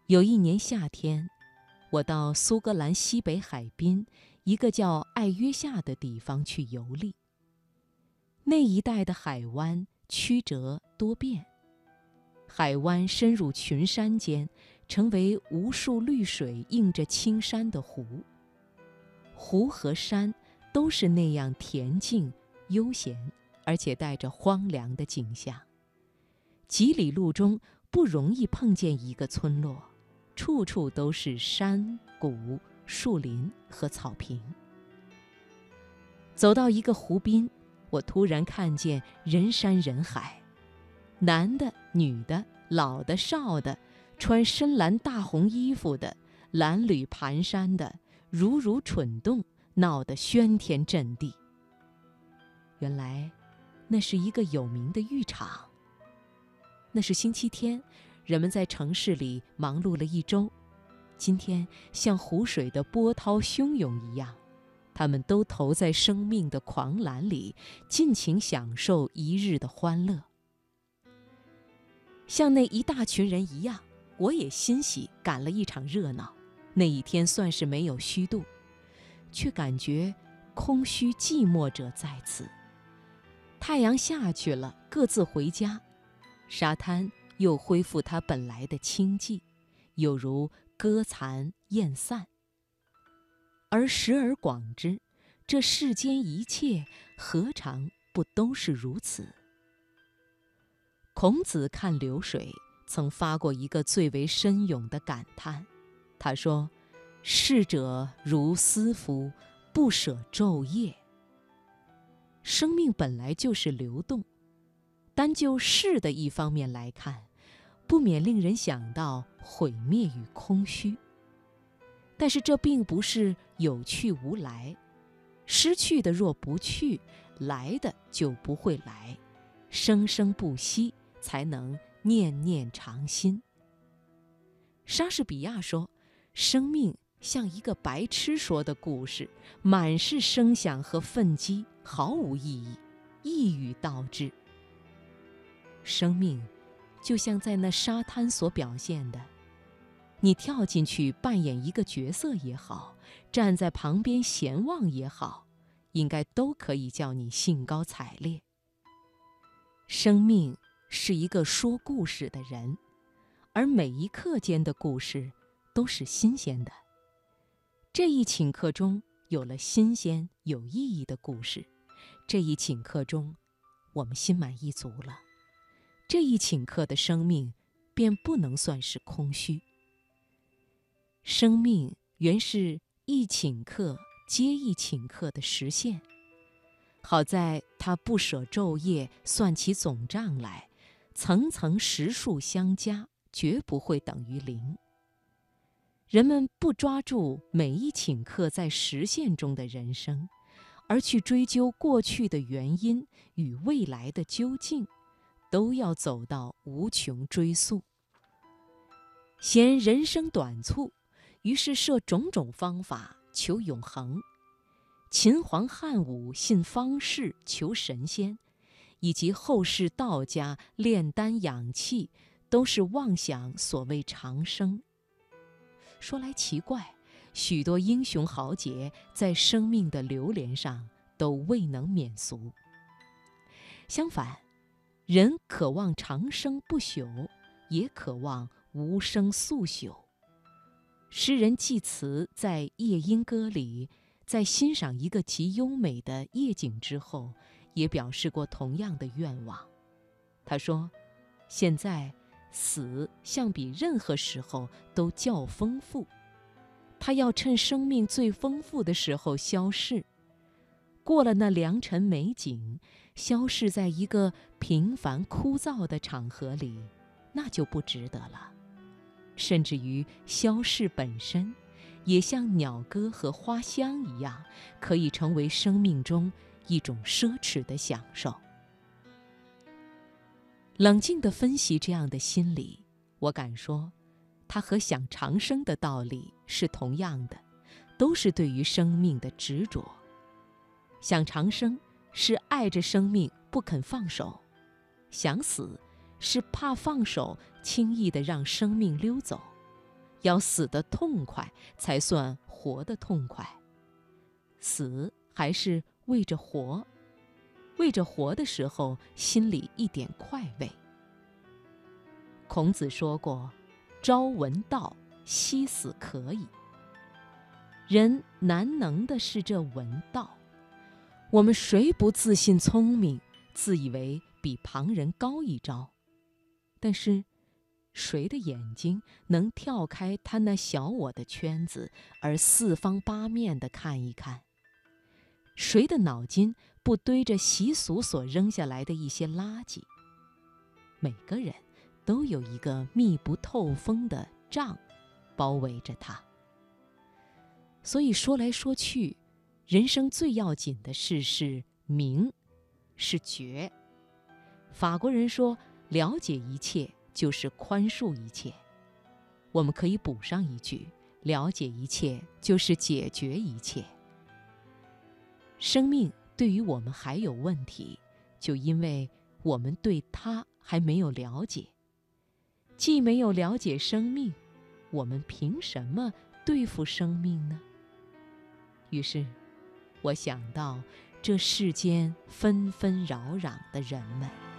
有一年夏天，我到苏格兰西北海滨一个叫爱约夏的地方去游历。那一带的海湾曲折多变，海湾深入群山间，成为无数绿水映着青山的湖。湖和山都是那样恬静悠闲，而且带着荒凉的景象。几里路中不容易碰见一个村落，处处都是山谷、树林和草坪。走到一个湖滨，我突然看见人山人海，男的、女的、老的、少的，穿深蓝大红衣服的，褴褛蹒跚的，如如蠢动，闹得喧天震地。原来那是一个有名的浴场。那是星期天，人们在城市里忙碌了一周，今天像湖水的波涛汹涌一样，他们都投在生命的狂澜里，尽情享受一日的欢乐。像那一大群人一样，我也欣喜赶了一场热闹。那一天算是没有虚度，却感觉空虚寂寞者在此。太阳下去了，各自回家，沙滩又恢复它本来的清寂，有如歌残雁散。而时而广之，这世间一切何尝不都是如此？孔子看流水，曾发过一个最为深咏的感叹。他说：“逝者如斯夫，不舍昼夜。”生命本来就是流动，单就逝的一方面来看，不免令人想到毁灭与空虚。但是这并不是有去无来，失去的若不去，来的就不会来，生生不息，才能念念常新。莎士比亚说，生命像一个白痴说的故事，满是声响和愤激，毫无意义，一语道之。生命就像在那沙滩所表现的，你跳进去扮演一个角色也好，站在旁边闲望也好，应该都可以叫你兴高采烈。生命是一个说故事的人，而每一刻间的故事都是新鲜的。这一顷刻中有了新鲜有意义的故事，这一顷刻中我们心满意足了，这一顷刻的生命便不能算是空虚。生命原是一顷刻接一顷刻的实现，好在它不舍昼夜算起总账来，层层实数相加，绝不会等于零。人们不抓住每一顷刻在实现中的人生，而去追究过去的原因与未来的究竟，都要走到无穷追溯。嫌人生短促，于是设种种方法求永恒。秦皇汉武信方士求神仙，以及后世道家炼丹养气，都是妄想所谓长生。说来奇怪，许多英雄豪杰在生命的流连上都未能免俗。相反，人渴望长生不朽，也渴望无声速朽。诗人济慈在《夜莺歌》里，在欣赏一个极优美的夜景之后，也表示过同样的愿望。他说：“现在死相比任何时候都较丰富，他要趁生命最丰富的时候消逝。过了那良辰美景，消逝在一个平凡枯燥的场合里，那就不值得了。甚至于消逝本身，也像鸟歌和花香一样，可以成为生命中一种奢侈的享受。”冷静地分析这样的心理，我敢说，它和想长生的道理是同样的，都是对于生命的执着。想长生是爱着生命不肯放手，想死是怕放手轻易地让生命溜走。 要死得痛快，才算活得痛快。死还是为着活，为着活的时候，心里一点快慰。孔子说过：“朝闻道，夕死可矣。”人难能的是这闻道。我们谁不自信聪明，自以为比旁人高一招？但是，谁的眼睛能跳开他那小我的圈子，而四方八面地看一看？谁的脑筋不堆着习俗所扔下来的一些垃圾？每个人都有一个密不透风的障包围着他。所以说来说去，人生最要紧的事是明，是觉。法国人说，了解一切就是宽恕一切。我们可以补上一句，了解一切就是解决一切。生命对于我们还有问题，就因为我们对它还没有了解。既没有了解生命，我们凭什么对付生命呢？于是，我想到这世间纷纷扰扰的人们。